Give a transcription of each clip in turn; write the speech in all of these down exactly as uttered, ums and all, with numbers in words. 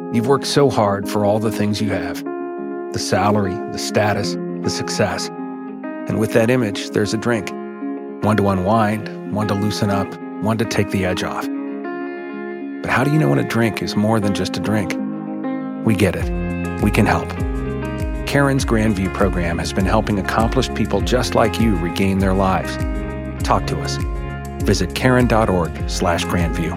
You've worked so hard for all the things you have. The salary, the status, the success. And with that image, there's a drink. One to unwind, one to loosen up, one to take the edge off. But how do you know when a drink is more than just a drink? We get it. We can help. Caron's Grandview program has been helping accomplished people just like you regain their lives. Talk to us. Visit caron.org slash Grandview.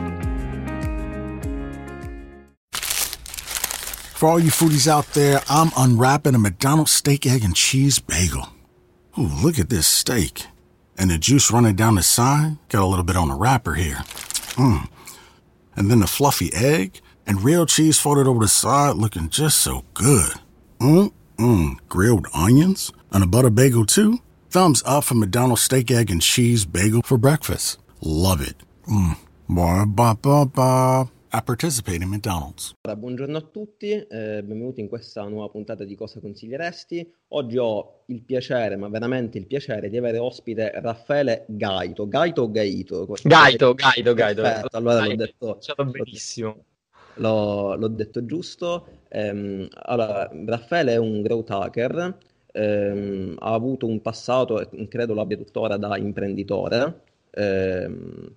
For all you foodies out there, I'm unwrapping a McDonald's steak, egg, and cheese bagel. Ooh, look at this steak. And the juice running down the side. Got a little bit on the wrapper here. Mmm. And then the fluffy egg and real cheese folded over the side looking just so good. Mmm. Mmm, grilled onions and a butter bagel too. Thumbs up for McDonald's steak, egg, and cheese bagel for breakfast. Love it. Mmm, ba ba ba ba. I participate in McDonald's. Buongiorno a tutti, eh, benvenuti in questa nuova puntata di Cosa Consiglieresti. Oggi ho il piacere, ma veramente il piacere, di avere ospite Raffaele Gaito. Gaito o Gaito? Gaito, Gaito, Gaito. Perfetto, allora l'ho detto, l'ho benissimo. L'ho, l'ho detto giusto. Ehm, allora, Raffaele è un growth hacker, ehm, ha avuto un passato, e credo l'abbia tuttora, da imprenditore, ehm,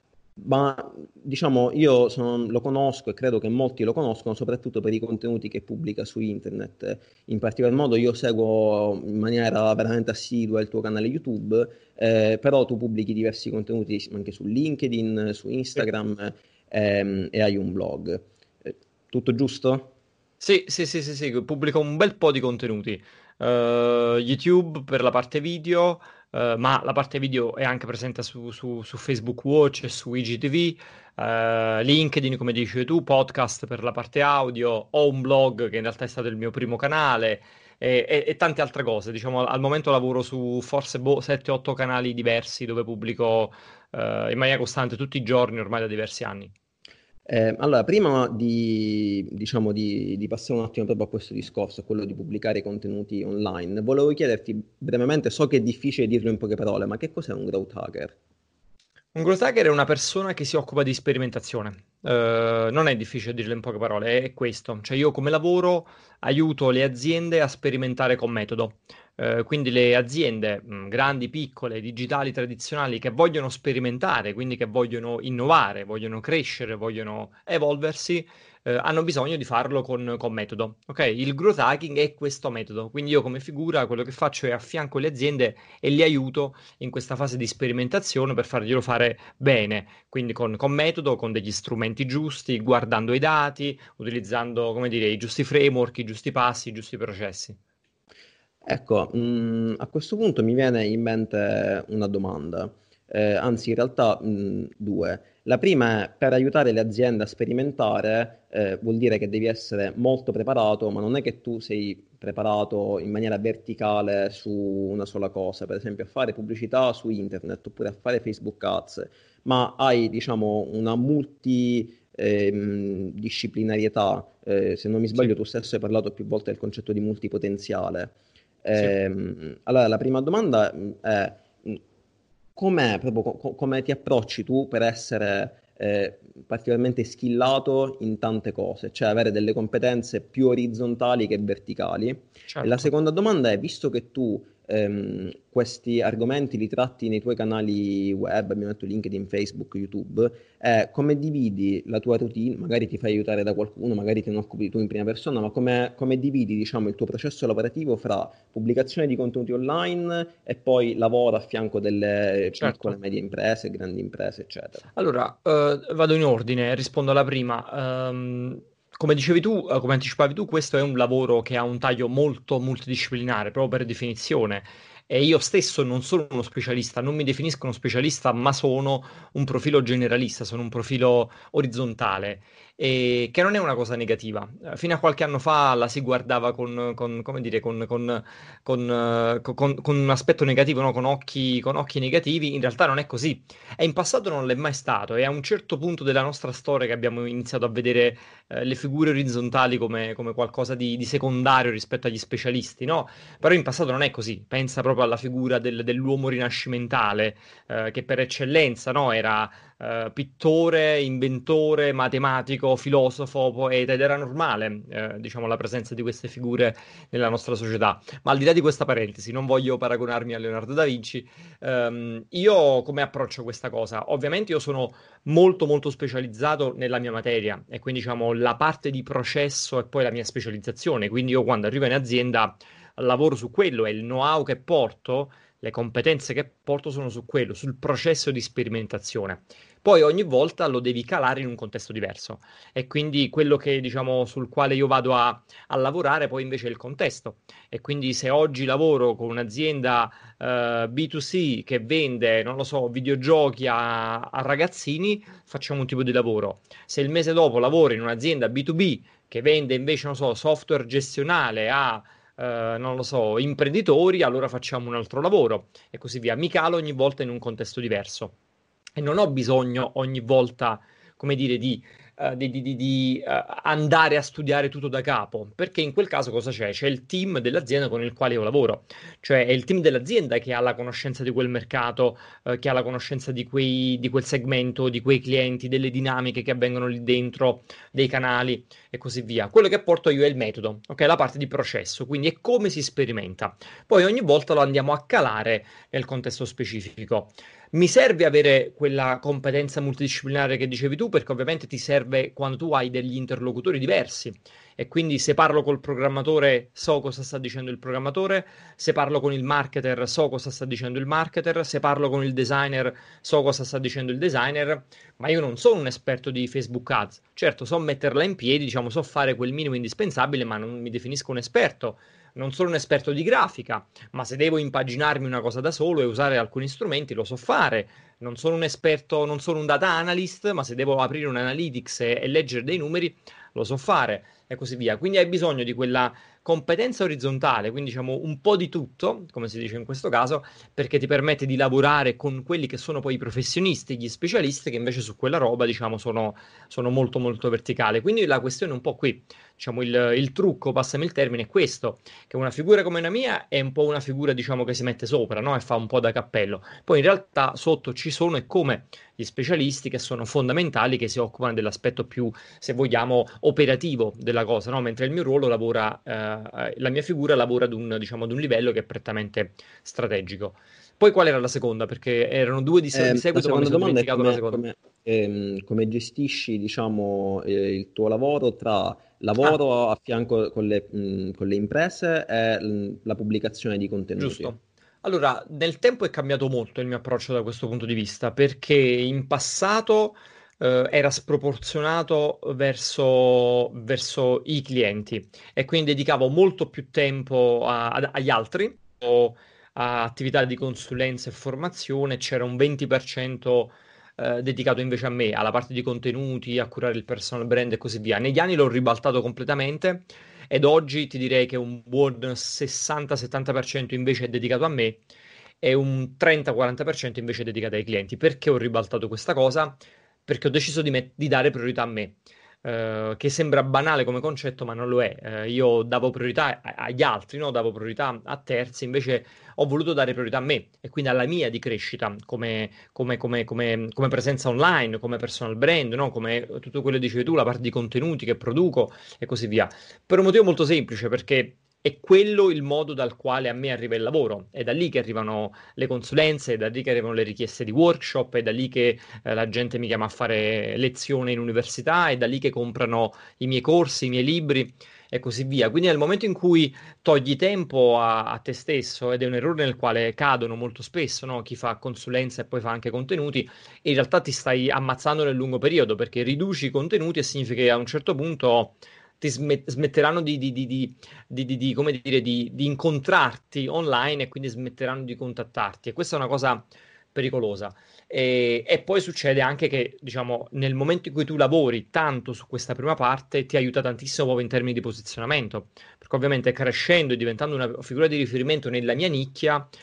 ma diciamo io sono, lo conosco e credo che molti lo conoscono soprattutto per i contenuti che pubblica su internet. In particolar modo io seguo in maniera veramente assidua il tuo canale YouTube, eh, però tu pubblichi diversi contenuti anche su LinkedIn, su Instagram, ehm, e hai un blog. Eh, tutto giusto? Sì, sì, sì, sì, sì, pubblico un bel po' di contenuti. Uh, YouTube per la parte video, uh, ma la parte video è anche presente su, su, su Facebook Watch e su I G T V, uh, LinkedIn, come dici tu, podcast per la parte audio, ho un blog che in realtà è stato il mio primo canale e, e, e tante altre cose. Diciamo, al momento lavoro su forse boh, sette otto canali diversi dove pubblico uh, in maniera costante tutti i giorni ormai da diversi anni. Eh, allora, prima di, diciamo, di, di passare un attimo proprio a questo discorso, a quello di pubblicare contenuti online, volevo chiederti brevemente, so che è difficile dirlo in poche parole, ma che cos'è un growth hacker? Un growth hacker è una persona che si occupa di sperimentazione. Uh, non è difficile dirlo in poche parole, è questo. Cioè io come lavoro aiuto le aziende a sperimentare con metodo. Uh, quindi le aziende mh, grandi, piccole, digitali, tradizionali che vogliono sperimentare, quindi che vogliono innovare, vogliono crescere, vogliono evolversi, eh, hanno bisogno di farlo con, con metodo. Ok? Il growth hacking è questo metodo. Quindi io come figura quello che faccio è affianco le aziende e li aiuto in questa fase di sperimentazione per farglielo fare bene, quindi con, con metodo, con degli strumenti giusti, guardando i dati, utilizzando, come dire, i giusti framework, i giusti passi, i giusti processi. Ecco, mh, a questo punto mi viene in mente una domanda, eh, anzi in realtà mh, due. La prima è: per aiutare le aziende a sperimentare, eh, vuol dire che devi essere molto preparato, ma non è che tu sei preparato in maniera verticale su una sola cosa, per esempio a fare pubblicità su internet oppure a fare Facebook Ads, ma hai, diciamo, una multi ehm, disciplinarietà. Eh, se non mi sbaglio, tu stesso hai parlato più volte del concetto di multipotenziale. Sì. Ehm, allora, la prima domanda è: com'è proprio co- come ti approcci tu per essere eh, particolarmente skillato in tante cose, cioè avere delle competenze più orizzontali che verticali? E la Certo. seconda domanda è: visto che tu ehm, questi argomenti li tratti nei tuoi canali web, abbiamo detto LinkedIn, Facebook, YouTube, eh, come dividi la tua routine? Magari ti fai aiutare da qualcuno, magari te ne occupi tu in prima persona, ma come, come dividi, diciamo, il tuo processo lavorativo fra pubblicazione di contenuti online e poi lavoro a fianco delle piccole e Certo. medie imprese, grandi imprese, eccetera? Allora, eh, vado in ordine, rispondo alla prima. Ehm, come dicevi tu, eh, come anticipavi tu, questo è un lavoro che ha un taglio molto multidisciplinare, proprio per definizione. E io stesso non sono uno specialista, non mi definisco uno specialista, ma sono un profilo generalista, sono un profilo orizzontale, e che non è una cosa negativa. Eh, Fino a qualche anno fa la si guardava con, con- come dire, con, con- con, eh, con- con un aspetto negativo, no? Con occhi, con occhi negativi. In realtà non è così. E in passato non l'è mai stato, e a un certo punto della nostra storia che abbiamo iniziato a vedere eh, le figure orizzontali come, come qualcosa di, di secondario rispetto agli specialisti, no? Però in passato non è così. Pensa proprio alla figura del- dell'uomo rinascimentale, eh, che per eccellenza, no? Era eh, pittore, inventore, matematico, filosofo, poeta, ed era normale, eh, diciamo, la presenza di queste figure nella nostra società. Ma al di là di questa parentesi, non voglio paragonarmi a Leonardo da Vinci. Ehm, io come approccio questa cosa? Ovviamente io sono molto molto specializzato nella mia materia e quindi diciamo la parte di processo è poi la mia specializzazione, quindi io quando arrivo in azienda lavoro su quello e il know-how che porto, le competenze che porto sono su quello, sul processo di sperimentazione. Poi ogni volta lo devi calare in un contesto diverso e quindi quello che diciamo sul quale io vado a, a lavorare poi invece è il contesto. E quindi se oggi lavoro con un'azienda eh, B due C che vende, non lo so, videogiochi a, a ragazzini, facciamo un tipo di lavoro. Se il mese dopo lavoro in un'azienda B due B che vende invece, non so, software gestionale a, eh, non lo so, imprenditori, allora facciamo un altro lavoro e così via. Mi calo ogni volta in un contesto diverso e non ho bisogno ogni volta, come dire, di, eh, di- di- di- di, eh, andare a studiare tutto da capo, perché in quel caso cosa c'è? C'è il team dell'azienda con il quale io lavoro, cioè è il team dell'azienda che ha la conoscenza di quel mercato, eh, che ha la conoscenza di quei, di quel segmento, di quei clienti, delle dinamiche che avvengono lì dentro, dei canali e così via. Quello che porto io è il metodo, ok? La parte di processo, quindi è come si sperimenta. Poi ogni volta lo andiamo a calare nel contesto specifico. Mi serve avere quella competenza multidisciplinare che dicevi tu, perché ovviamente ti serve quando tu hai degli interlocutori diversi. E quindi se parlo col programmatore so cosa sta dicendo il programmatore, se parlo con il marketer so cosa sta dicendo il marketer, se parlo con il designer so cosa sta dicendo il designer, ma io non sono un esperto di Facebook Ads. Certo, so metterla in piedi, diciamo, so fare quel minimo indispensabile, ma non mi definisco un esperto. Non sono un esperto di grafica, ma se devo impaginarmi una cosa da solo e usare alcuni strumenti lo so fare. Non sono un esperto, non sono un data analyst, ma se devo aprire un analytics e, e leggere dei numeri lo so fare e così via. Quindi hai bisogno di quella competenza orizzontale, quindi diciamo un po' di tutto, come si dice in questo caso, perché ti permette di lavorare con quelli che sono poi i professionisti, gli specialisti, che invece su quella roba, diciamo, sono, sono molto molto verticali. Quindi la questione è un po' qui, diciamo, il, il trucco, passami il termine, è questo, che una figura come la mia è un po' una figura, diciamo, che si mette sopra, no? E fa un po' da cappello. Poi in realtà sotto ci sono e come gli specialisti che sono fondamentali, che si occupano dell'aspetto più, se vogliamo, operativo della cosa, no? Mentre il mio ruolo lavora, eh, la mia figura lavora ad un, diciamo, ad un livello che è prettamente strategico. Poi qual era la seconda? Perché erano due di, se- di Eh, la seguito, ma mi seconda sono domanda è dimenticato la come, seconda. come, ehm, come gestisci, diciamo, eh, il tuo lavoro tra Ah, lavoro a fianco con le, mh, con le imprese e mh, la pubblicazione di contenuti. giusto. Allora, nel tempo è cambiato molto il mio approccio da questo punto di vista, perché in passato eh, era sproporzionato verso, verso i clienti e quindi dedicavo molto più tempo a- ad- agli altri o a attività di consulenza e formazione, c'era un venti per cento eh, dedicato invece a me, alla parte di contenuti, a curare il personal brand e così via. Negli anni l'ho ribaltato completamente ed oggi ti direi che un buon sessanta settanta per cento invece è dedicato a me e un trenta quaranta per cento invece è dedicato ai clienti. Perché ho ribaltato questa cosa? Perché ho deciso di, met- di dare priorità a me. Eh, che sembra banale come concetto, ma non lo è. Eh, io davo priorità a- agli altri, no? Davo priorità a terzi, invece ho voluto dare priorità a me e quindi alla mia di crescita come, come- come- come- come presenza online, come personal brand, no? Come tutto quello che dicevi tu, la parte di contenuti che produco e così via. Per un motivo molto semplice, perché è quello il modo dal quale a me arriva il lavoro, è da lì che arrivano le consulenze, è da lì che arrivano le richieste di workshop, è da lì che eh, la gente mi chiama a fare lezione in università, è da lì che comprano i miei corsi, i miei libri e così via. Quindi nel momento in cui togli tempo a, a te stesso, ed è un errore nel quale cadono molto spesso, no? Chi fa consulenza e poi fa anche contenuti, in realtà ti stai ammazzando nel lungo periodo perché riduci i contenuti e significa che a un certo punto ti smet- smetteranno di, di- di- di- di- di- di- come dire, di, di incontrarti online e quindi smetteranno di contattarti. E questa è una cosa pericolosa. E, e poi succede anche che, diciamo, nel momento in cui tu lavori tanto su questa prima parte, ti aiuta tantissimo proprio in termini di posizionamento, perché ovviamente crescendo e diventando una figura di riferimento nella mia nicchia,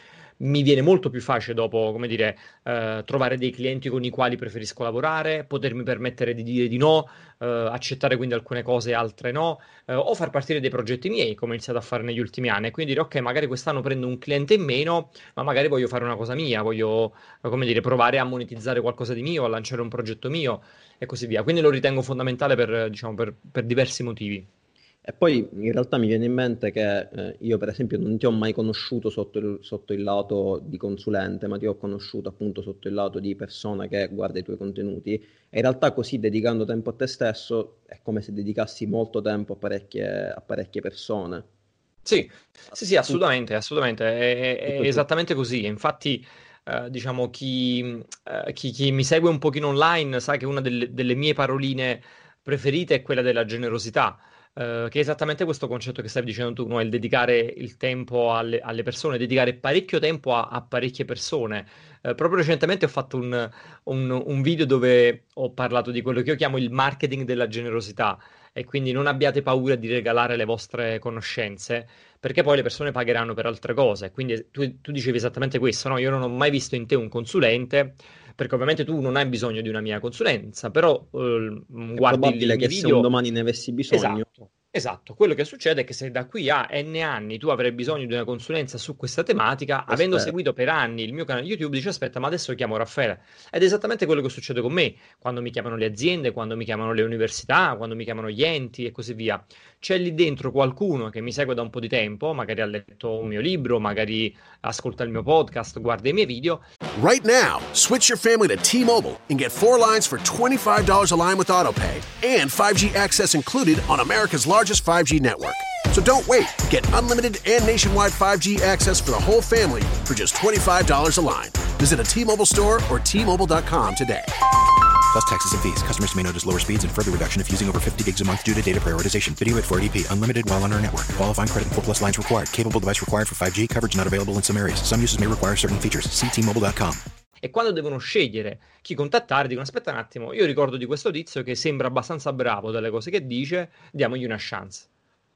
mi viene molto più facile dopo, come dire, eh, trovare dei clienti con i quali preferisco lavorare, potermi permettere di dire di no, eh, accettare quindi alcune cose e altre no, eh, o far partire dei progetti miei, come ho iniziato a fare negli ultimi anni, e quindi dire ok, magari quest'anno prendo un cliente in meno, ma magari voglio fare una cosa mia, voglio, eh, come dire, provare a monetizzare qualcosa di mio, a lanciare un progetto mio e così via. Quindi lo ritengo fondamentale per, diciamo, per, per diversi motivi. E poi in realtà mi viene in mente che eh, io per esempio non ti ho mai conosciuto sotto il, sotto il lato di consulente, ma ti ho conosciuto appunto sotto il lato di persona che guarda i tuoi contenuti. E in realtà così dedicando tempo a te stesso è come se dedicassi molto tempo a parecchie, a parecchie persone. Sì, sì, sì, Tu- assolutamente, assolutamente, è, tutto è il tuo- esattamente così. Infatti, eh, diciamo, chi, eh, chi- chi mi segue un pochino online sa che una delle, delle mie paroline preferite è quella della generosità, eh, che è esattamente questo concetto che stavi dicendo tu, no? Il dedicare il tempo alle, alle persone, dedicare parecchio tempo a, a parecchie persone. Eh, proprio recentemente ho fatto un, un un video dove ho parlato di quello che io chiamo il marketing della generosità e quindi non abbiate paura di regalare le vostre conoscenze, perché poi le persone pagheranno per altre cose. Quindi tu, tu dicevi esattamente questo, no? Io non ho mai visto in te un consulente, perché ovviamente tu non hai bisogno di una mia consulenza, però eh, È guardi i probabile miei che se un video. domani ne avessi bisogno, Esatto, esatto. Quello che succede è che se da qui a N anni tu avrai bisogno di una consulenza su questa tematica, lo avendo spero. seguito per anni il mio canale YouTube, dici aspetta, ma adesso chiamo Raffaele. Ed è esattamente quello che succede con me, quando mi chiamano le aziende, quando mi chiamano le università, quando mi chiamano gli enti e così via. C'è lì dentro qualcuno che mi segue da un po' di tempo, magari ha letto un mio libro, magari ascolta il mio podcast, guarda i miei video. Right now, switch your family to T-Mobile and get four lines for twenty-five dollars a line with AutoPay and five G access included on America's largest five G network. So don't wait. Get unlimited and nationwide five G access for the whole family for just twenty-five dollars a line. Visit a T-Mobile store or T Mobile dot com today. Plus taxes and fees. Customers may notice lower speeds and further reduction if using over fifty gigs a month due to data prioritization. Video at four eighty p. Unlimited while on our network. Qualifying credit and four plus lines required. Capable device required for five G. Coverage not available in some areas. Some uses may require certain features. See T Mobile dot com. E quando devono scegliere chi contattare, dicono aspetta un attimo, io ricordo di questo tizio che sembra abbastanza bravo dalle cose che dice, diamogli una chance.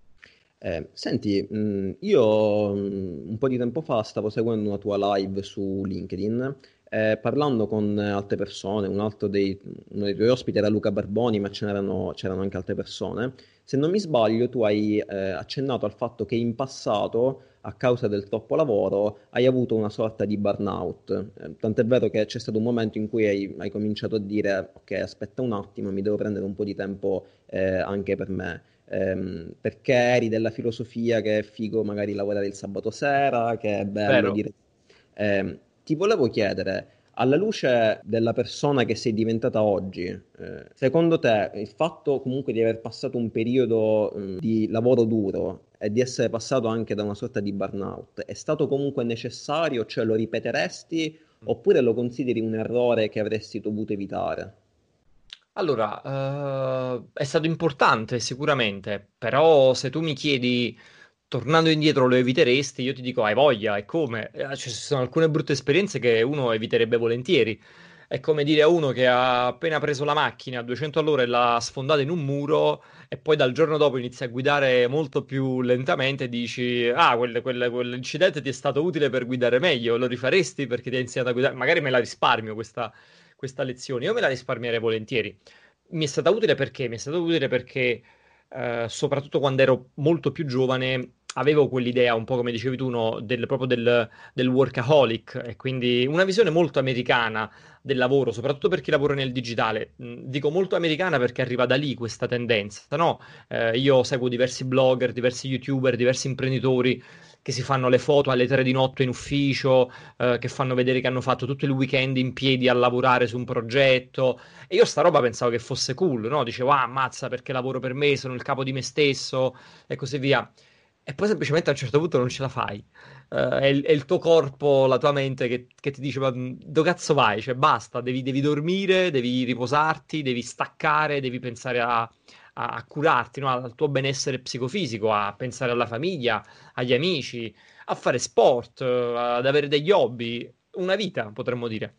Eh, senti, mh, io mh, un po' di tempo fa stavo seguendo una tua live su LinkedIn, eh, parlando con altre persone, un altro dei, uno dei tuoi ospiti era Luca Barboni, ma ce n'erano c'erano anche altre persone. Se non mi sbaglio, tu hai eh, accennato al fatto che in passato, a causa del troppo lavoro, hai avuto una sorta di burnout. Eh, tant'è vero che c'è stato un momento in cui hai, hai cominciato a dire, ok, aspetta un attimo, mi devo prendere un po' di tempo eh, anche per me. Ehm, perché eri della filosofia che è figo magari lavorare il sabato sera, che è bello Vero? dire... Ehm, ti volevo chiedere, alla luce della persona che sei diventata oggi, eh, secondo te il fatto comunque di aver passato un periodo mh, di lavoro duro e di essere passato anche da una sorta di burnout è stato comunque necessario, cioè lo ripeteresti oppure lo consideri un errore che avresti dovuto evitare? Allora, eh, è stato importante sicuramente, però se tu mi chiedi, tornando indietro lo eviteresti, io ti dico hai voglia, e come? Eh, Ci sono alcune brutte esperienze che uno eviterebbe volentieri. È come dire a uno che ha appena preso la macchina a duecento all'ora e l'ha sfondata in un muro e poi dal giorno dopo inizia a guidare molto più lentamente e dici, ah, quel- quel- quell'incidente ti è stato utile per guidare meglio, lo rifaresti perché ti ha insegnato a guidare? Magari me la risparmio questa, questa lezione, io me la risparmierei volentieri. Mi è stata utile perché? Mi è stata utile perché, eh, soprattutto quando ero molto più giovane, avevo quell'idea, un po' come dicevi tu, no, del, proprio del, del workaholic, e quindi una visione molto americana del lavoro, soprattutto per chi lavora nel digitale. Mm, Dico molto americana perché arriva da lì questa tendenza, no? Eh, io seguo diversi blogger, diversi YouTuber, diversi imprenditori che si fanno le foto alle tre di notte in ufficio, eh, che fanno vedere che hanno fatto tutto il weekend in piedi a lavorare su un progetto. E io sta roba pensavo che fosse cool, no? Dicevo, ah, ammazza, perché lavoro per me, sono il capo di me stesso e così via. E poi semplicemente a un certo punto non ce la fai. Eh, è, il, è il tuo corpo, la tua mente che, che ti dice, ma mh, dove cazzo vai? Cioè, basta, devi, devi dormire, devi riposarti, devi staccare, devi pensare a, a- a curarti, no? Al tuo benessere psicofisico, a pensare alla famiglia, agli amici, a fare sport, eh, ad avere degli hobby, una vita, potremmo dire.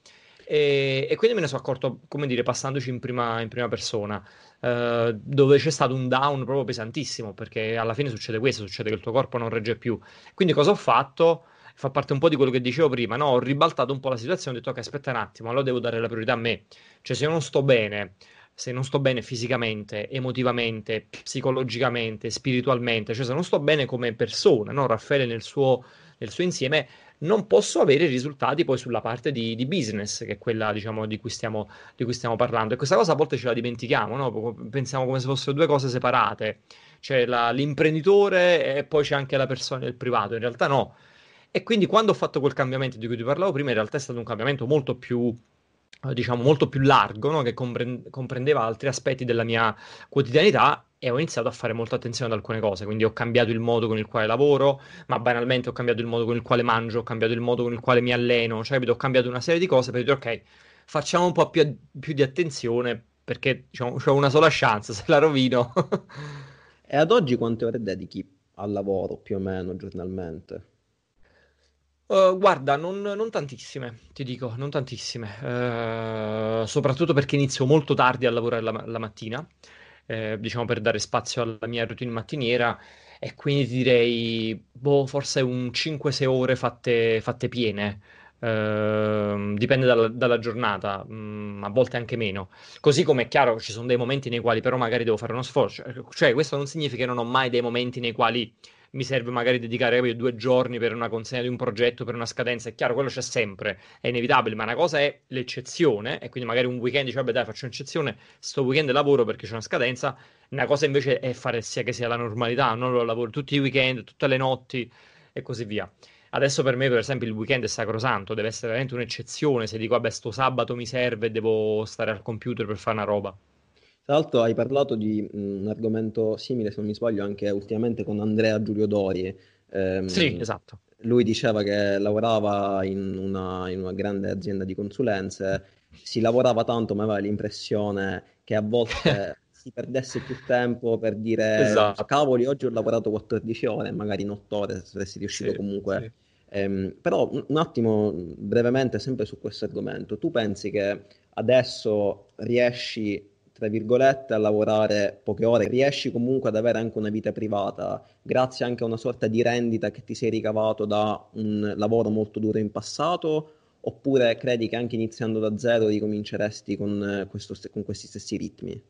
E, e quindi me ne sono accorto, come dire, passandoci in prima, in prima persona, eh, dove c'è stato un down proprio pesantissimo, perché alla fine succede questo, succede che il tuo corpo non regge più. Quindi cosa ho fatto? fa parte un po' di quello che dicevo prima, no? Ho ribaltato un po' la situazione, ho detto ok, aspetta un attimo, allora devo dare la priorità a me. Cioè se io non sto bene, se non sto bene fisicamente, emotivamente, psicologicamente, spiritualmente, cioè se non sto bene come persona, no? Raffaele nel suo, nel suo insieme, non posso avere risultati poi sulla parte di, di business, che è quella, diciamo, di cui stiamo, di cui stiamo parlando. E questa cosa a volte ce la dimentichiamo, no? Pensiamo come se fossero due cose separate. C'è la- l'imprenditore e poi c'è anche la persona del privato. In realtà no. E quindi quando ho fatto quel cambiamento di cui ti parlavo prima, in realtà è stato un cambiamento molto più, eh, diciamo, molto più largo, no? Che compren- comprendeva altri aspetti della mia quotidianità e ho iniziato a fare molta attenzione ad alcune cose. Quindi ho cambiato il modo con il quale lavoro, ma banalmente ho cambiato il modo con il quale mangio, ho cambiato il modo con il quale mi alleno, cioè capito? Ho cambiato una serie di cose per dire ok, facciamo un po' più, più di attenzione perché diciamo, c'ho una sola chance, se la rovino. E ad oggi quante ore dedichi al lavoro, più o meno, giornalmente? Uh, guarda, non, non tantissime, ti dico, non tantissime. Eh, soprattutto perché inizio molto tardi a lavorare la, la mattina, eh, diciamo per dare spazio alla mia routine mattiniera, e quindi ti direi, boh, forse un cinque sei ore fatte, fatte piene. Ehm, dipende dalla, dalla giornata, mm, a volte anche meno. Così come è chiaro che ci sono dei momenti nei quali però magari devo fare uno sforzo. Cioè, questo non significa che non ho mai dei momenti nei quali mi serve magari dedicare capito, due giorni per una consegna di un progetto, per una scadenza. È chiaro, quello c'è sempre, è inevitabile, ma una cosa è l'eccezione, e quindi magari un weekend dice, vabbè dai, faccio un'eccezione, sto weekend lavoro perché c'è una scadenza. Una cosa invece è fare sia che sia la normalità, non lo lavoro tutti i weekend, tutte le notti e così via. Adesso per me, per esempio, il weekend è sacrosanto, deve essere veramente un'eccezione. Se dico, vabbè, sto sabato mi serve e devo stare al computer per fare una roba. Tra l'altro hai parlato di mh, un argomento simile, se non mi sbaglio, anche ultimamente con Andrea Giulio Dori. Sì, Ehm, esatto. Lui diceva che lavorava in una, in una grande azienda di consulenze, si lavorava tanto, ma aveva l'impressione che a volte si perdesse più tempo per dire, Esatto. cavoli, oggi ho lavorato quattordici ore, magari in otto ore saresti riuscito Sì, comunque. sì. Ehm, però un un attimo, brevemente, sempre su questo argomento, tu pensi che adesso riesci, tra virgolette, a lavorare poche ore, riesci comunque ad avere anche una vita privata, grazie anche a una sorta di rendita che ti sei ricavato da un lavoro molto duro in passato, oppure credi che anche iniziando da zero ricominceresti con, eh, questo st- con questi stessi ritmi?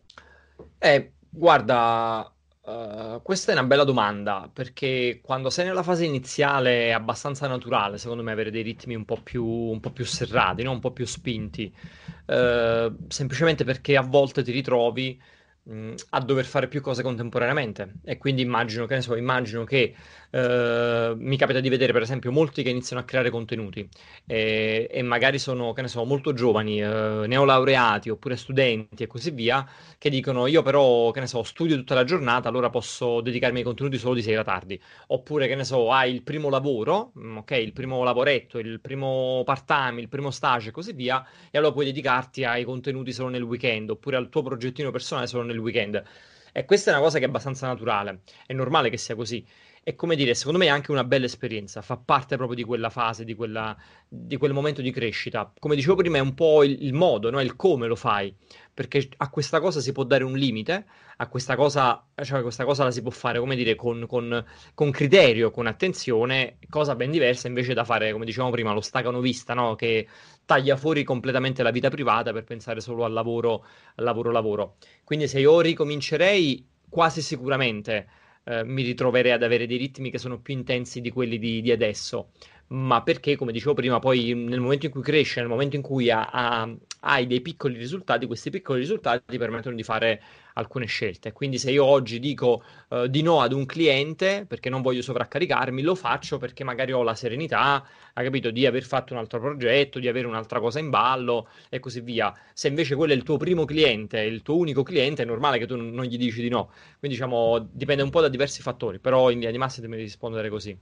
Eh, guarda, eh, questa è una bella domanda, perché quando sei nella fase iniziale è abbastanza naturale, secondo me, avere dei ritmi un po' più, un po' più serrati, no? Un po' più spinti. Eh, semplicemente perché a volte ti ritrovi, mh, a dover fare più cose contemporaneamente. E quindi immagino, che ne so, immagino che eh, mi capita di vedere, per esempio, molti che iniziano a creare contenuti e, e magari sono, che ne so, molto giovani, eh, neolaureati oppure studenti e così via, che dicono io però, che ne so, studio tutta la giornata, allora posso dedicarmi ai contenuti solo di sera tardi. Oppure, che ne so, hai il primo lavoro, mm, ok, il primo lavoretto, il primo part-time, il primo stage e così via, e allora puoi dedicarti ai contenuti solo nel weekend, oppure al tuo progettino personale solo nel weekend. E questa è una cosa che è abbastanza naturale, è normale che sia così. E come dire, secondo me è anche una bella esperienza, fa parte proprio di quella fase, di quella, di quel momento di crescita. Come dicevo prima, è un po' il, il modo, no? Il come lo fai, perché a questa cosa si può dare un limite, a questa cosa, cioè questa cosa la si può fare, come dire, con, con- con criterio, con attenzione, cosa ben diversa invece da fare, come dicevamo prima, lo stacanovista, no? Che taglia fuori completamente la vita privata per pensare solo al lavoro, al lavoro, lavoro. Quindi se io ricomincerei, quasi sicuramente eh, mi ritroverei ad avere dei ritmi che sono più intensi di quelli di, di adesso. Ma perché, come dicevo prima, poi nel momento in cui cresce, nel momento in cui ha- ha- hai dei piccoli risultati, questi piccoli risultati ti permettono di fare alcune scelte. Quindi se io oggi dico eh, di no ad un cliente perché non voglio sovraccaricarmi, lo faccio perché magari ho la serenità, hai capito, di aver fatto un altro progetto, di avere un'altra cosa in ballo e così via. Se invece quello è il tuo primo cliente, il tuo unico cliente, è normale che tu non non gli dici di no. Quindi diciamo dipende un po' da diversi fattori, però in linea di massima mi rispondere così.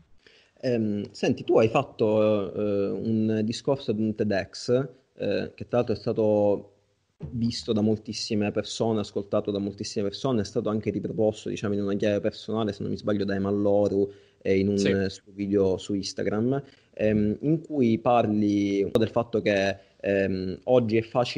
Ehm, senti, tu hai fatto eh, un discorso ad un TEDx, eh, che tra l'altro è stato visto da moltissime persone, ascoltato da moltissime persone, è stato anche riproposto, diciamo, in una chiave personale, se non mi sbaglio, da Emalloru e in un Sì. eh, suo video su Instagram, ehm, in cui parli un po' del fatto che ehm, oggi è facile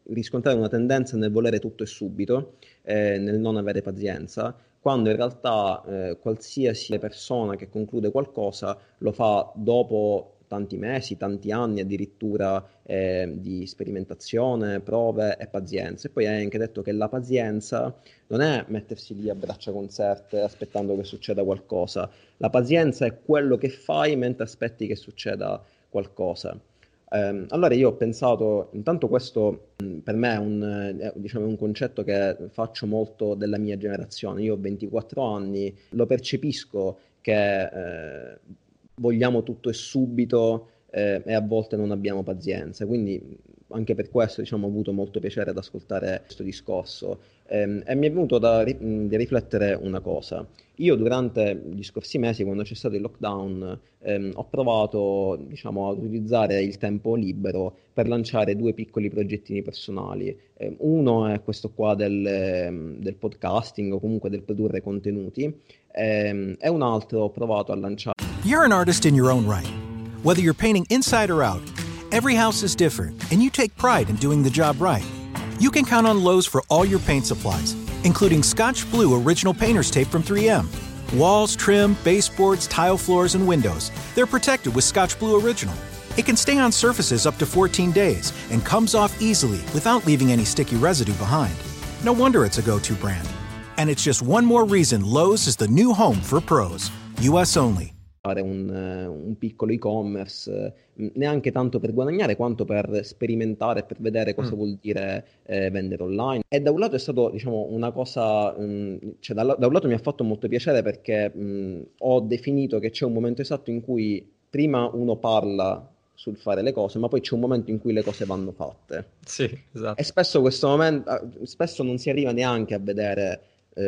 riscontrare una tendenza nel volere tutto e subito, eh, nel non avere pazienza, quando in realtà eh, qualsiasi persona che conclude qualcosa lo fa dopo tanti mesi, tanti anni addirittura eh, di sperimentazione, prove e pazienza. E poi hai anche detto che la pazienza non è mettersi lì a braccia conserte aspettando che succeda qualcosa. La pazienza è quello che fai mentre aspetti che succeda qualcosa. Eh, allora io ho pensato, intanto questo mh, per me è un, è, diciamo, è un concetto che faccio molto della mia generazione. Io ho ventiquattro anni, lo percepisco che eh, vogliamo tutto e subito eh, e a volte non abbiamo pazienza, quindi anche per questo diciamo, ho avuto molto piacere ad ascoltare questo discorso eh, e mi è venuto da ri- di riflettere una cosa. Io durante gli scorsi mesi, quando c'è stato il lockdown, ehm, ho provato diciamo, ad utilizzare il tempo libero per lanciare due piccoli progettini personali. Eh, uno è questo qua del, ehm, del podcasting o comunque del produrre contenuti ehm, e un altro ho provato a lanciare. You're an artist in your own right. Whether you're painting inside or out, every house is different, and you take pride in doing the job right. You can count on Lowe's for all your paint supplies, including Scotch Blue Original Painter's Tape from three M. Walls, trim, baseboards, tile floors, and windows. They're protected with Scotch Blue Original. It can stay on surfaces up to fourteen days and comes off easily without leaving any sticky residue behind. No wonder it's a go-to brand. And it's just one more reason Lowe's is the new home for pros. U S only. Un, un piccolo e-commerce, neanche tanto per guadagnare quanto per sperimentare, per vedere cosa mm. vuol dire eh, vendere online. E da un lato è stato, diciamo, una cosa, mh, cioè da, da un lato mi ha fatto molto piacere perché mh, ho definito che c'è un momento esatto in cui prima uno parla sul fare le cose, ma poi c'è un momento in cui le cose vanno fatte. Sì, esatto. E spesso questo momento, spesso non si arriva neanche a vedere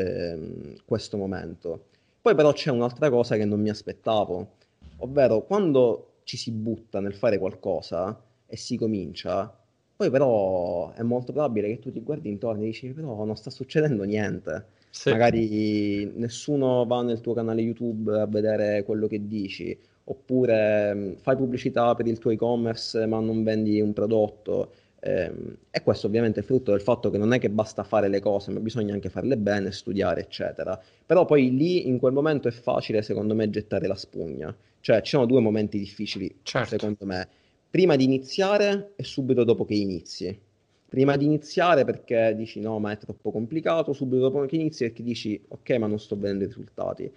eh, questo momento. Poi però c'è un'altra cosa che non mi aspettavo, ovvero quando ci si butta nel fare qualcosa e si comincia, poi però è molto probabile che tu ti guardi intorno e dici però non sta succedendo niente. Sì. Magari nessuno va nel tuo canale YouTube a vedere quello che dici, oppure fai pubblicità per il tuo e-commerce ma non vendi un prodotto. Eh, e questo ovviamente è frutto del fatto che non è che basta fare le cose, ma bisogna anche farle bene, studiare, eccetera. Però poi lì, in quel momento, è facile, secondo me, gettare la spugna. Cioè, ci sono due momenti difficili, certo. secondo me. Prima di iniziare e subito dopo che inizi. Prima di iniziare perché dici no, ma è troppo complicato, subito dopo che inizi perché dici ok, ma non sto vedendo i risultati.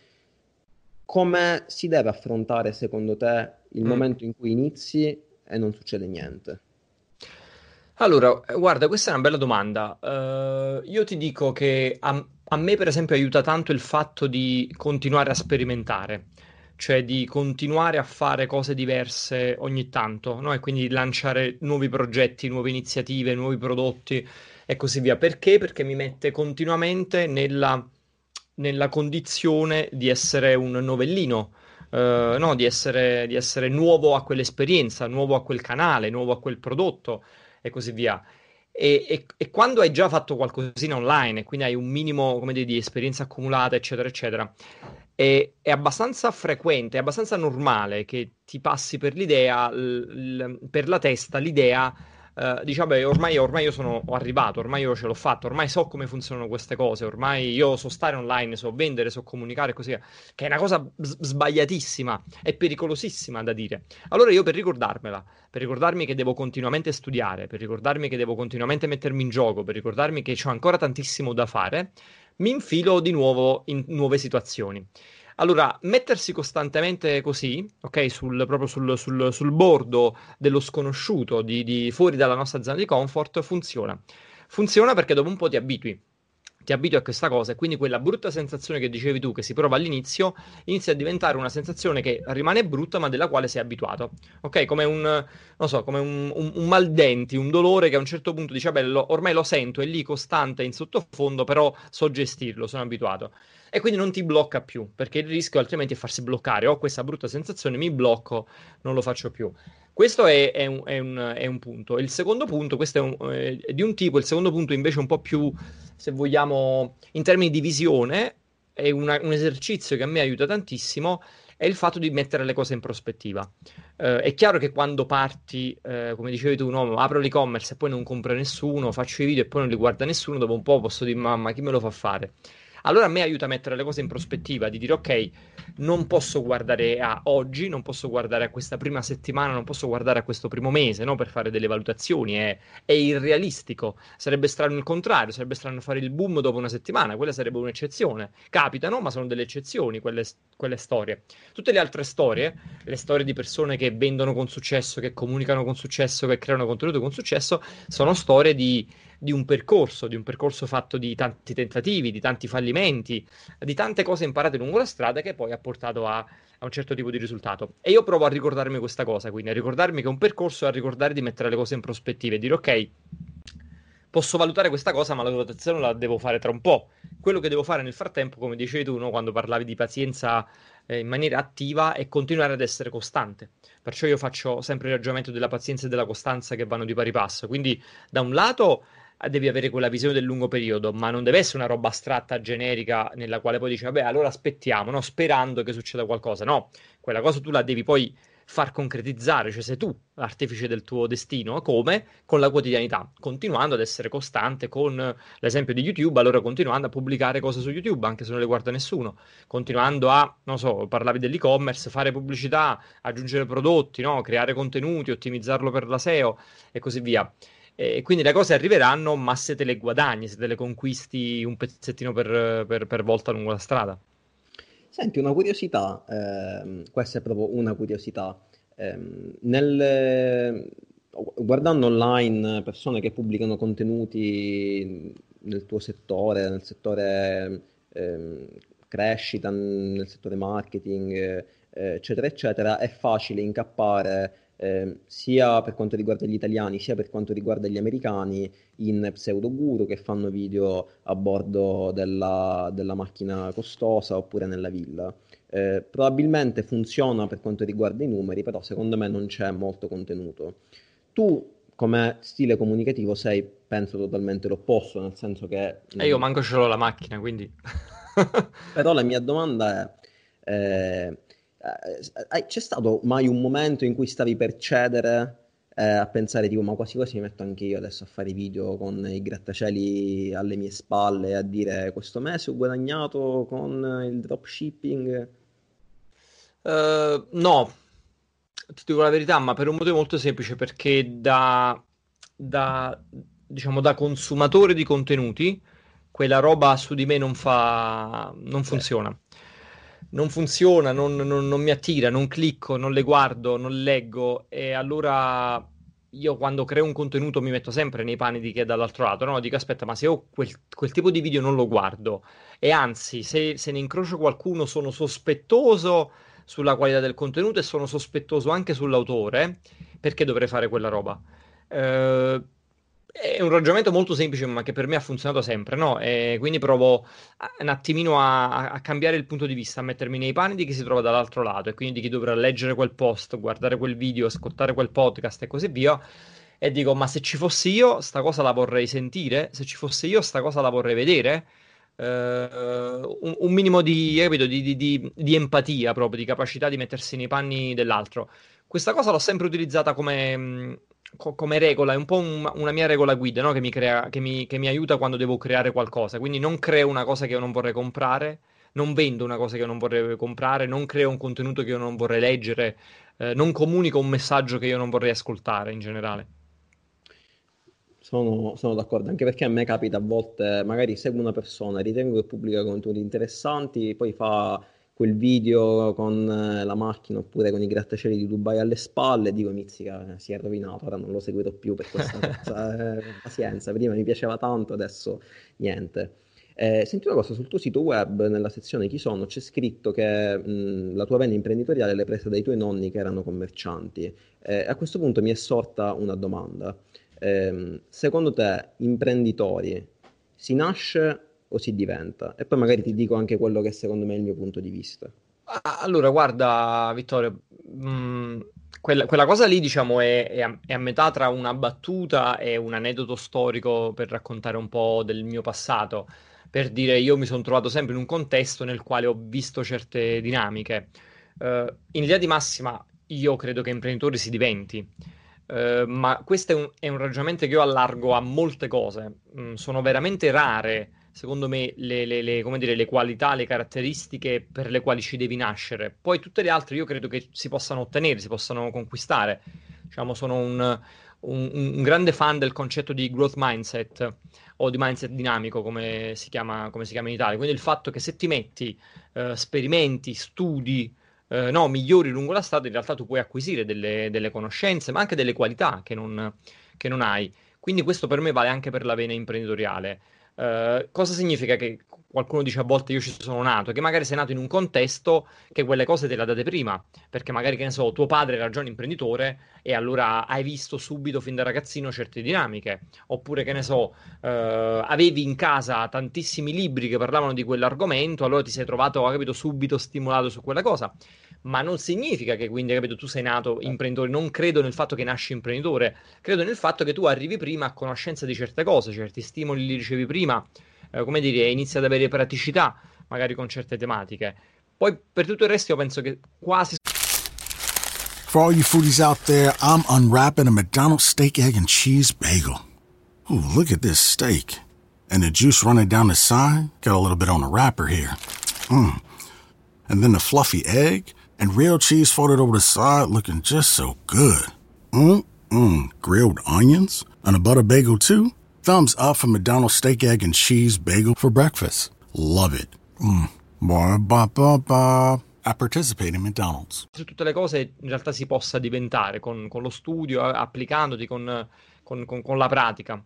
Come si deve affrontare, secondo te, il mm. momento in cui inizi e non succede niente? Allora, guarda, questa è una bella domanda. Uh, io ti dico che a, a me, per esempio, aiuta tanto il fatto di continuare a sperimentare, cioè di continuare a fare cose diverse ogni tanto, no? E quindi lanciare nuovi progetti, nuove iniziative, nuovi prodotti e così via. Perché? Perché mi mette continuamente nella, nella condizione di essere un novellino. Uh, no, di essere, di essere nuovo a quell'esperienza, nuovo a quel canale, nuovo a quel prodotto e così via. E, e, e quando hai già fatto qualcosina online e quindi hai un minimo, come dire, di esperienza accumulata, eccetera, eccetera, è, è abbastanza frequente, è abbastanza normale che ti passi per l'idea, l, l, per la testa, l'idea, uh, diciamo, ormai, ormai io sono ho arrivato, ormai io ce l'ho fatto, ormai so come funzionano queste cose, ormai io so stare online, so vendere, so comunicare e così via, che è una cosa s- sbagliatissima e pericolosissima da dire. Allora io per ricordarmela, per ricordarmi che devo continuamente studiare, per ricordarmi che devo continuamente mettermi in gioco, per ricordarmi che ho ancora tantissimo da fare, mi infilo di nuovo in nuove situazioni. Allora, mettersi costantemente così, ok, sul, proprio sul, sul, sul bordo dello sconosciuto, di, di fuori dalla nostra zona di comfort, funziona. Funziona perché dopo un po' ti abitui. Ti abitui a questa cosa e quindi quella brutta sensazione che dicevi tu, che si prova all'inizio, inizia a diventare una sensazione che rimane brutta ma della quale sei abituato, ok? Come un, non so, come un, un, un mal denti, un dolore che a un certo punto dici, vabbè, lo, ormai lo sento, è lì costante in sottofondo, però so gestirlo, sono abituato. E quindi non ti blocca più, perché il rischio altrimenti è farsi bloccare. Ho questa brutta sensazione, mi blocco, non lo faccio più. Questo è, è, un, è, un, è un punto. Il secondo punto, questo è, un, è di un tipo, il secondo punto invece un po' più, se vogliamo, in termini di visione, è una, un esercizio che a me aiuta tantissimo, è il fatto di mettere le cose in prospettiva. Eh, è chiaro che quando parti, eh, come dicevi tu, no, apro l'e-commerce e poi non compra nessuno, faccio i video e poi non li guarda nessuno, dopo un po' posso dire, mamma, chi me lo fa fare? Allora a me aiuta a mettere le cose in prospettiva, di dire ok, non posso guardare a oggi, non posso guardare a questa prima settimana, non posso guardare a questo primo mese, no? Per fare delle valutazioni, è, è irrealistico. Sarebbe strano il contrario, sarebbe strano fare il boom dopo una settimana, quella sarebbe un'eccezione. Capitano, ma sono delle eccezioni quelle, quelle storie. Tutte le altre storie, le storie di persone che vendono con successo, che comunicano con successo, che creano contenuto con successo, sono storie di di un percorso, di un percorso fatto di tanti tentativi, di tanti fallimenti, di tante cose imparate lungo la strada che poi ha portato a, a un certo tipo di risultato. E io provo a ricordarmi questa cosa, quindi a ricordarmi che è un percorso e a ricordare di mettere le cose in prospettiva e dire ok, posso valutare questa cosa, ma la valutazione la devo fare tra un po'. Quello che devo fare nel frattempo, come dicevi tu, no, quando parlavi di pazienza eh, in maniera attiva, è continuare ad essere costante. Perciò io faccio sempre il ragionamento della pazienza e della costanza che vanno di pari passo. Quindi, da un lato devi avere quella visione del lungo periodo, ma non deve essere una roba astratta, generica, nella quale poi dici, vabbè, allora aspettiamo, no? Sperando che succeda qualcosa. No, quella cosa tu la devi poi far concretizzare, cioè sei tu l'artefice del tuo destino. Come? Con la quotidianità, continuando ad essere costante, con l'esempio di YouTube, allora continuando a pubblicare cose su YouTube, anche se non le guarda nessuno, continuando a, non so, parlavi dell'e-commerce, fare pubblicità, aggiungere prodotti, no? Creare contenuti, ottimizzarlo per la S E O e così via. E quindi le cose arriveranno, ma se te le guadagni, se te le conquisti un pezzettino per, per, per volta lungo la strada. Senti, una curiosità, ehm, questa è proprio una curiosità. Ehm, nel, guardando online persone che pubblicano contenuti nel tuo settore, nel settore ehm, crescita, nel settore marketing, eh, eccetera, eccetera, è facile incappare Eh, sia per quanto riguarda gli italiani sia per quanto riguarda gli americani in pseudoguru che fanno video a bordo della, della macchina costosa oppure nella villa. Eh, probabilmente funziona per quanto riguarda i numeri, però secondo me non c'è molto contenuto. Tu come stile comunicativo sei, penso, totalmente l'opposto, nel senso che... E io manco ce l'ho la macchina, quindi... Però la mia domanda è... Eh, Eh, c'è stato mai un momento in cui stavi per cedere eh, a pensare tipo ma quasi quasi mi metto anche io adesso a fare i video con i grattacieli alle mie spalle e a dire questo mese ho guadagnato con il dropshipping? Uh, no, ti dico la verità, ma per un motivo molto semplice, perché da, da, diciamo, da consumatore di contenuti quella roba su di me non fa, non funziona. Non funziona, non, non, non mi attira, non clicco, non le guardo, non leggo, e allora io quando creo un contenuto mi metto sempre nei panni di chi è dall'altro lato, no? Dico aspetta, ma se ho quel, quel tipo di video non lo guardo, e anzi se, se ne incrocio qualcuno sono sospettoso sulla qualità del contenuto e sono sospettoso anche sull'autore, perché dovrei fare quella roba? Eh, È un ragionamento molto semplice, ma che per me ha funzionato sempre, no? E quindi provo a- un attimino a, a cambiare il punto di vista, a mettermi nei panni di chi si trova dall'altro lato e quindi di chi dovrà leggere quel post, guardare quel video, ascoltare quel podcast e così via. E dico, ma se ci fossi io, sta cosa la vorrei sentire? Se ci fossi io, sta cosa la vorrei vedere? Eh, un, un minimo di, hai capito, di, di- di- di empatia proprio, di capacità di mettersi nei panni dell'altro. Questa cosa l'ho sempre utilizzata come, mh, co- come regola, è un po' un- una mia regola guida, no? Che mi crea, che mi, che mi aiuta quando devo creare qualcosa. Quindi non creo una cosa che io non vorrei comprare, non vendo una cosa che io non vorrei comprare, non creo un contenuto che io non vorrei leggere, eh, non comunico un messaggio che io non vorrei ascoltare in generale. Sono, sono d'accordo, anche perché a me capita a volte, magari seguo una persona, ritengo che pubblica contenuti interessanti, poi fa quel video con eh, la macchina oppure con i grattacieli di Dubai alle spalle e dico, mizzica, si è rovinato, ora non lo seguirò più per questa cosa. Eh, pazienza, prima mi piaceva tanto, adesso niente. Eh, senti una cosa, sul tuo sito web, nella sezione chi sono, c'è scritto che mh, la tua vena imprenditoriale l'hai presa dai tuoi nonni che erano commercianti. Eh, a questo punto mi è sorta una domanda. Ehm, secondo te, imprenditori, si nasce o si diventa? E poi magari ti dico anche quello che secondo me è il mio punto di vista. Ah, allora, guarda, Vittorio, mh, quella, quella cosa lì, diciamo, è, è a, è a metà tra una battuta e un aneddoto storico per raccontare un po' del mio passato. Per dire, io mi sono trovato sempre in un contesto nel quale ho visto certe dinamiche. Uh, in linea di massima io credo che imprenditore si diventi, uh, ma questo è un, è un ragionamento che io allargo a molte cose. Mm, sono veramente rare, secondo me, le, le, le, come dire, le qualità, le caratteristiche per le quali ci devi nascere. Poi tutte le altre io credo che si possano ottenere, si possano conquistare. Diciamo, sono un, un, un grande fan del concetto di growth mindset o di mindset dinamico, come si chiama, come si chiama in Italia. Quindi il fatto che se ti metti, uh, sperimenti, studi, Uh, no, migliori lungo la strada, in realtà tu puoi acquisire delle, delle conoscenze, ma anche delle qualità che non, che non hai. Quindi questo per me vale anche per la vena imprenditoriale. Uh, cosa significa che qualcuno dice a volte io ci sono nato? Che magari sei nato in un contesto che quelle cose te le ha date prima, perché magari, che ne so, tuo padre era già un imprenditore e allora hai visto subito fin da ragazzino certe dinamiche. Oppure, che ne so, uh, avevi in casa tantissimi libri che parlavano di quell'argomento, allora ti sei trovato, capito, subito stimolato su quella cosa. Ma non significa che quindi, capito, tu sei nato imprenditore. Non credo nel fatto che nasci imprenditore, credo nel fatto che tu arrivi prima a conoscenza di certe cose, certi stimoli li ricevi prima, eh, come dire, inizi ad avere praticità magari con certe tematiche. Poi per tutto il resto io penso che quasi... For all you foodies out there, I'm unwrapping a McDonald's steak, egg, and cheese bagel. Ooh, look at this steak. And the juice running down the side. Got a little bit on the wrapper here. Mmm. And then the fluffy egg and real cheese folded over the side, looking just so good. Mmm, grilled onions and a butter bagel too. Thumbs up for McDonald's steak, egg, and cheese bagel for breakfast. Love it. Mmm. Ba ba ba ba. I participate in McDonald's. Su tutte le cose in realtà si possa diventare con, con lo studio, applicandoti con, con, con, con la pratica.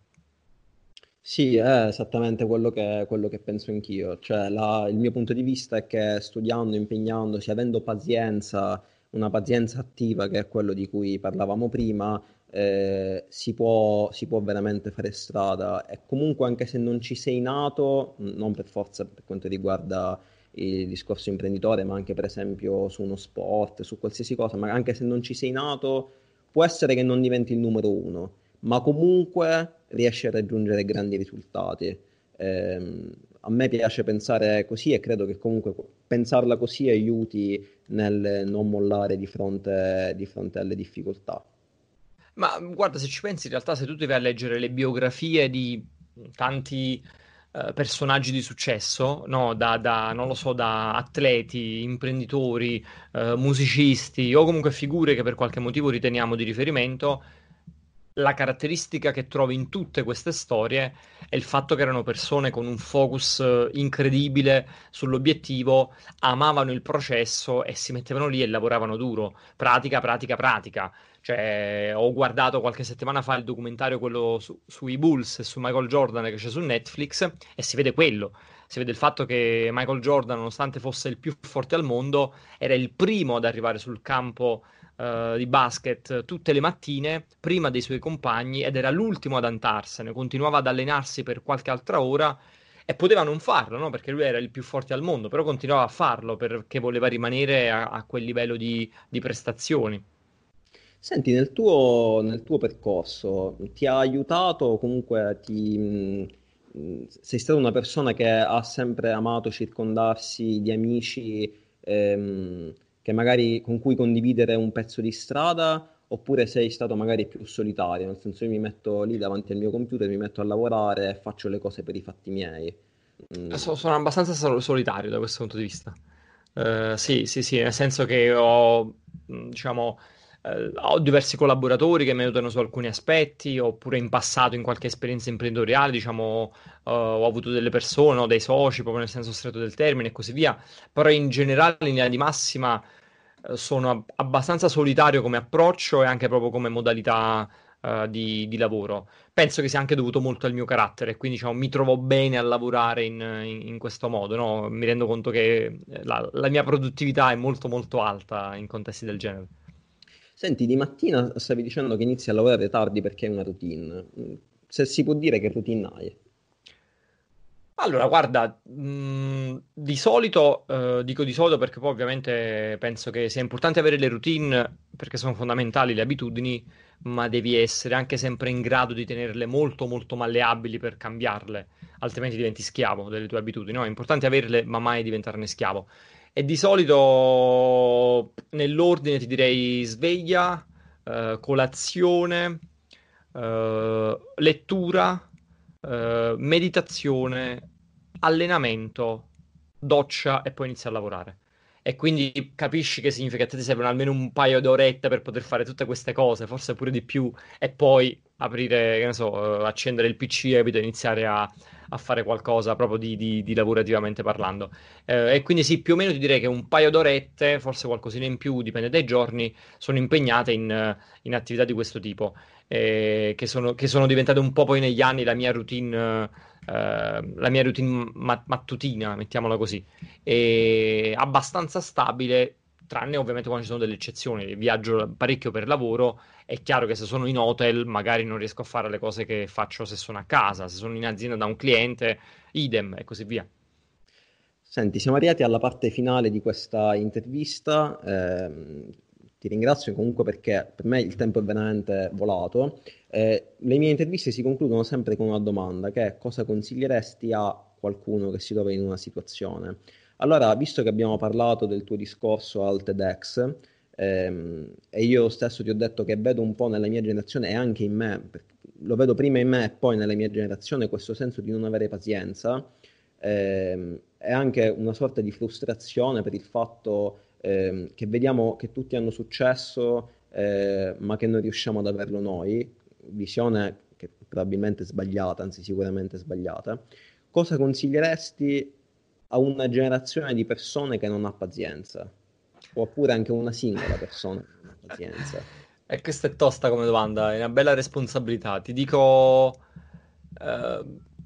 Sì, è esattamente quello che, quello che penso anch'io. Cioè, la- il mio punto di vista è che studiando, impegnandosi, avendo pazienza, una pazienza attiva, che è quello di cui parlavamo prima, eh, si può, si può veramente fare strada. E comunque, anche se non ci sei nato, mh, non per forza per quanto riguarda il discorso imprenditore, ma anche per esempio su uno sport, su qualsiasi cosa, ma anche se non ci sei nato, può essere che non diventi il numero uno, ma comunque riesci a raggiungere grandi risultati. Ehm, a me piace pensare così e credo che comunque pensarla così aiuti nel non mollare di fronte, di fronte alle difficoltà. Ma guarda, se ci pensi, in realtà, se tu ti vai a leggere le biografie di tanti eh, personaggi di successo, no? Da, da, non lo so, da atleti, imprenditori, eh, musicisti o comunque figure che per qualche motivo riteniamo di riferimento, la caratteristica che trovi in tutte queste storie è il fatto che erano persone con un focus eh, incredibile sull'obiettivo, amavano il processo e si mettevano lì e lavoravano duro. Pratica, pratica, pratica. Cioè, ho guardato qualche settimana fa il documentario, quello su- sui Bulls e su Michael Jordan che c'è su Netflix, e si vede quello. Si vede il fatto che Michael Jordan, nonostante fosse il più forte al mondo, era il primo ad arrivare sul campo eh, di basket tutte le mattine, prima dei suoi compagni, ed era l'ultimo ad andarsene. Continuava ad allenarsi per qualche altra ora e poteva non farlo, no? Perché lui era il più forte al mondo, però continuava a farlo perché voleva rimanere a, a quel livello di, di prestazioni. Senti, nel tuo, nel tuo percorso ti ha aiutato o comunque ti, mh, mh, sei stata una persona che ha sempre amato circondarsi di amici ehm, che magari con cui condividere un pezzo di strada, oppure sei stato magari più solitario, nel senso io mi metto lì davanti al mio computer, mi metto a lavorare e faccio le cose per i fatti miei. Mm. So- sono abbastanza sol- solitario da questo punto di vista. Eh, sì, sì, sì, nel senso che ho, mh, diciamo, eh, ho diversi collaboratori che mi aiutano su alcuni aspetti, oppure in passato, in qualche esperienza imprenditoriale, diciamo, eh, ho avuto delle persone, o dei soci, proprio nel senso stretto del termine e così via. Però in generale, in linea di massima, eh, sono ab- abbastanza solitario come approccio e anche proprio come modalità, eh, di, di lavoro. Penso che sia anche dovuto molto al mio carattere, quindi diciamo, mi trovo bene a lavorare in, in- in questo modo, no? Mi rendo conto che eh, la, la mia produttività è molto molto alta in contesti del genere. Senti, di mattina stavi dicendo che inizi a lavorare tardi perché hai una routine. Mm, Se si può dire che routine hai. Allora, guarda, mh, di solito, eh, dico di solito perché poi ovviamente penso che sia importante avere le routine perché sono fondamentali le abitudini, ma devi essere anche sempre in grado di tenerle molto molto malleabili per cambiarle, altrimenti diventi schiavo delle tue abitudini, no? È importante averle, ma mai diventarne schiavo. E di solito nell'ordine ti direi sveglia, eh, colazione, eh, lettura, eh, meditazione, allenamento, doccia e poi inizia a lavorare. E quindi capisci che significa che a te ti servono almeno un paio d'orette per poter fare tutte queste cose, forse pure di più, e poi aprire, che ne so, eh, accendere il P C e iniziare a, a fare qualcosa proprio di, di, di lavorativamente parlando. Eh, e quindi sì, più o meno ti direi che un paio d'orette, forse qualcosina in più, dipende dai giorni, sono impegnate in, in attività di questo tipo, eh, che sono, che sono diventate un po' poi negli anni la mia routine, eh, la mia routine mat- mattutina, mettiamola così, e abbastanza stabile, tranne ovviamente quando ci sono delle eccezioni. Viaggio parecchio per lavoro, è chiaro che se sono in hotel magari non riesco a fare le cose che faccio se sono a casa, se sono in azienda da un cliente, idem e così via. Senti, siamo arrivati alla parte finale di questa intervista. ehm, ti ringrazio comunque perché per me il tempo è veramente volato. Eh, le mie interviste si concludono sempre con una domanda, che è: cosa consiglieresti a qualcuno che si trova in una situazione? Allora, visto che abbiamo parlato del tuo discorso al TEDx, ehm, e io stesso ti ho detto che vedo un po' nella mia generazione e anche in me, perché lo vedo prima in me e poi nella mia generazione, questo senso di non avere pazienza, ehm, e anche una sorta di frustrazione per il fatto ehm, che vediamo che tutti hanno successo, eh, ma che non riusciamo ad averlo noi, visione che probabilmente è sbagliata, anzi sicuramente sbagliata. Cosa consiglieresti a una generazione di persone che non ha pazienza, oppure anche una singola persona che non ha pazienza? E questa è tosta come domanda, è una bella responsabilità. Ti dico, eh,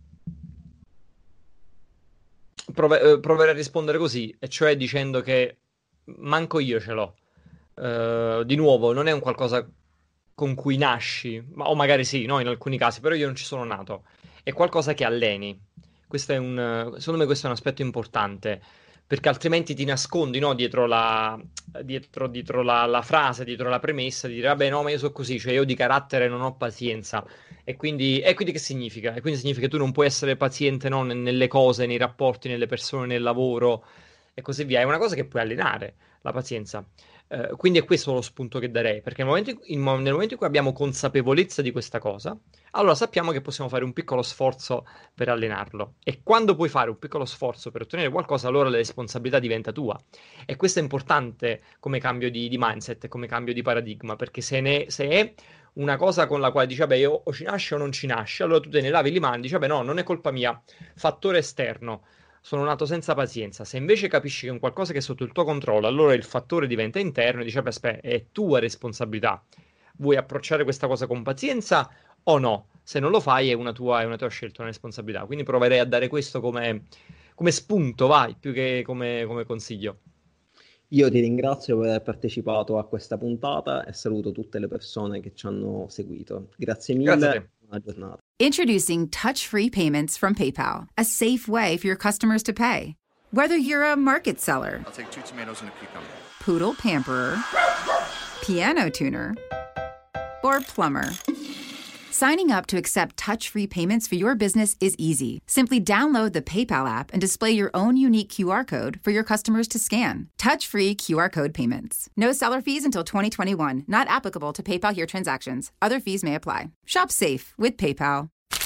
prove- eh, proverei a rispondere così, e cioè dicendo che manco io ce l'ho. Eh, di nuovo, non è un qualcosa con cui nasci, ma, o magari sì, no, in alcuni casi, però io non ci sono nato. È qualcosa che alleni. Questo è un, secondo me questo è un aspetto importante, perché altrimenti ti nascondi, no, dietro la, dietro, dietro la, la frase, dietro la premessa, di dire vabbè no, ma io sono così, cioè io di carattere non ho pazienza. E quindi, e quindi che significa? E quindi significa che tu non puoi essere paziente, no, nelle cose, nei rapporti, nelle persone, nel lavoro e così via. È una cosa che puoi allenare, la pazienza. Eh, quindi è questo lo spunto che darei, perché nel momento in, in, nel momento in cui abbiamo consapevolezza di questa cosa, allora sappiamo che possiamo fare un piccolo sforzo per allenarlo. E quando puoi fare un piccolo sforzo per ottenere qualcosa, allora la responsabilità diventa tua. E questo è importante come cambio di, di mindset, come cambio di paradigma, perché se, ne, se è una cosa con la quale dici vabbè io o ci nasce o non ci nasce, allora tu te ne lavi le mani, dici vabbè no, non è colpa mia, fattore esterno, sono nato senza pazienza. Se invece capisci che è un qualcosa che è sotto il tuo controllo, allora il fattore diventa interno e dici vabbè aspetta, è tua responsabilità, vuoi approcciare questa cosa con pazienza o no? Se non lo fai è una tua, è una tua scelta, una responsabilità. Quindi proverei a dare questo come, come spunto, vai, più che come, come consiglio. Io ti ringrazio per aver partecipato a questa puntata e saluto tutte le persone che ci hanno seguito. Grazie mille. Grazie a te. Buona giornata. Introducing touch-free payments from PayPal, a safe way for your customers to pay. Whether you're a market seller, I'll take two tomatoes and a cucumber. poodle pamperer, piano tuner, or plumber, signing up to accept touch-free payments for your business is easy. Simply download the PayPal app and display your own unique Q R code for your customers to scan. Touch-free Q R code payments. No seller fees until twenty twenty-one. Not applicable to PayPal here transactions. Other fees may apply. Shop safe with PayPal.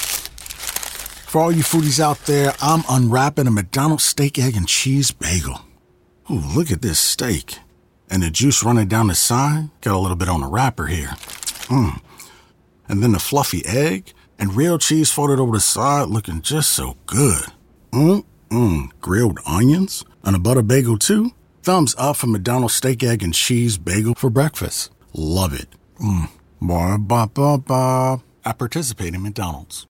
For all you foodies out there, I'm unwrapping a McDonald's steak, egg, and cheese bagel. Ooh, look at this steak. And the juice running down the side. Got a little bit on the wrapper here. Mmm. And then the fluffy egg and real cheese folded over the side, looking just so good. Mmm-mmm. Grilled onions and a butter bagel, too. Thumbs up for McDonald's steak, egg, and cheese bagel for breakfast. Love it. Mmm. Ba-ba-ba-ba. I participate in McDonald's.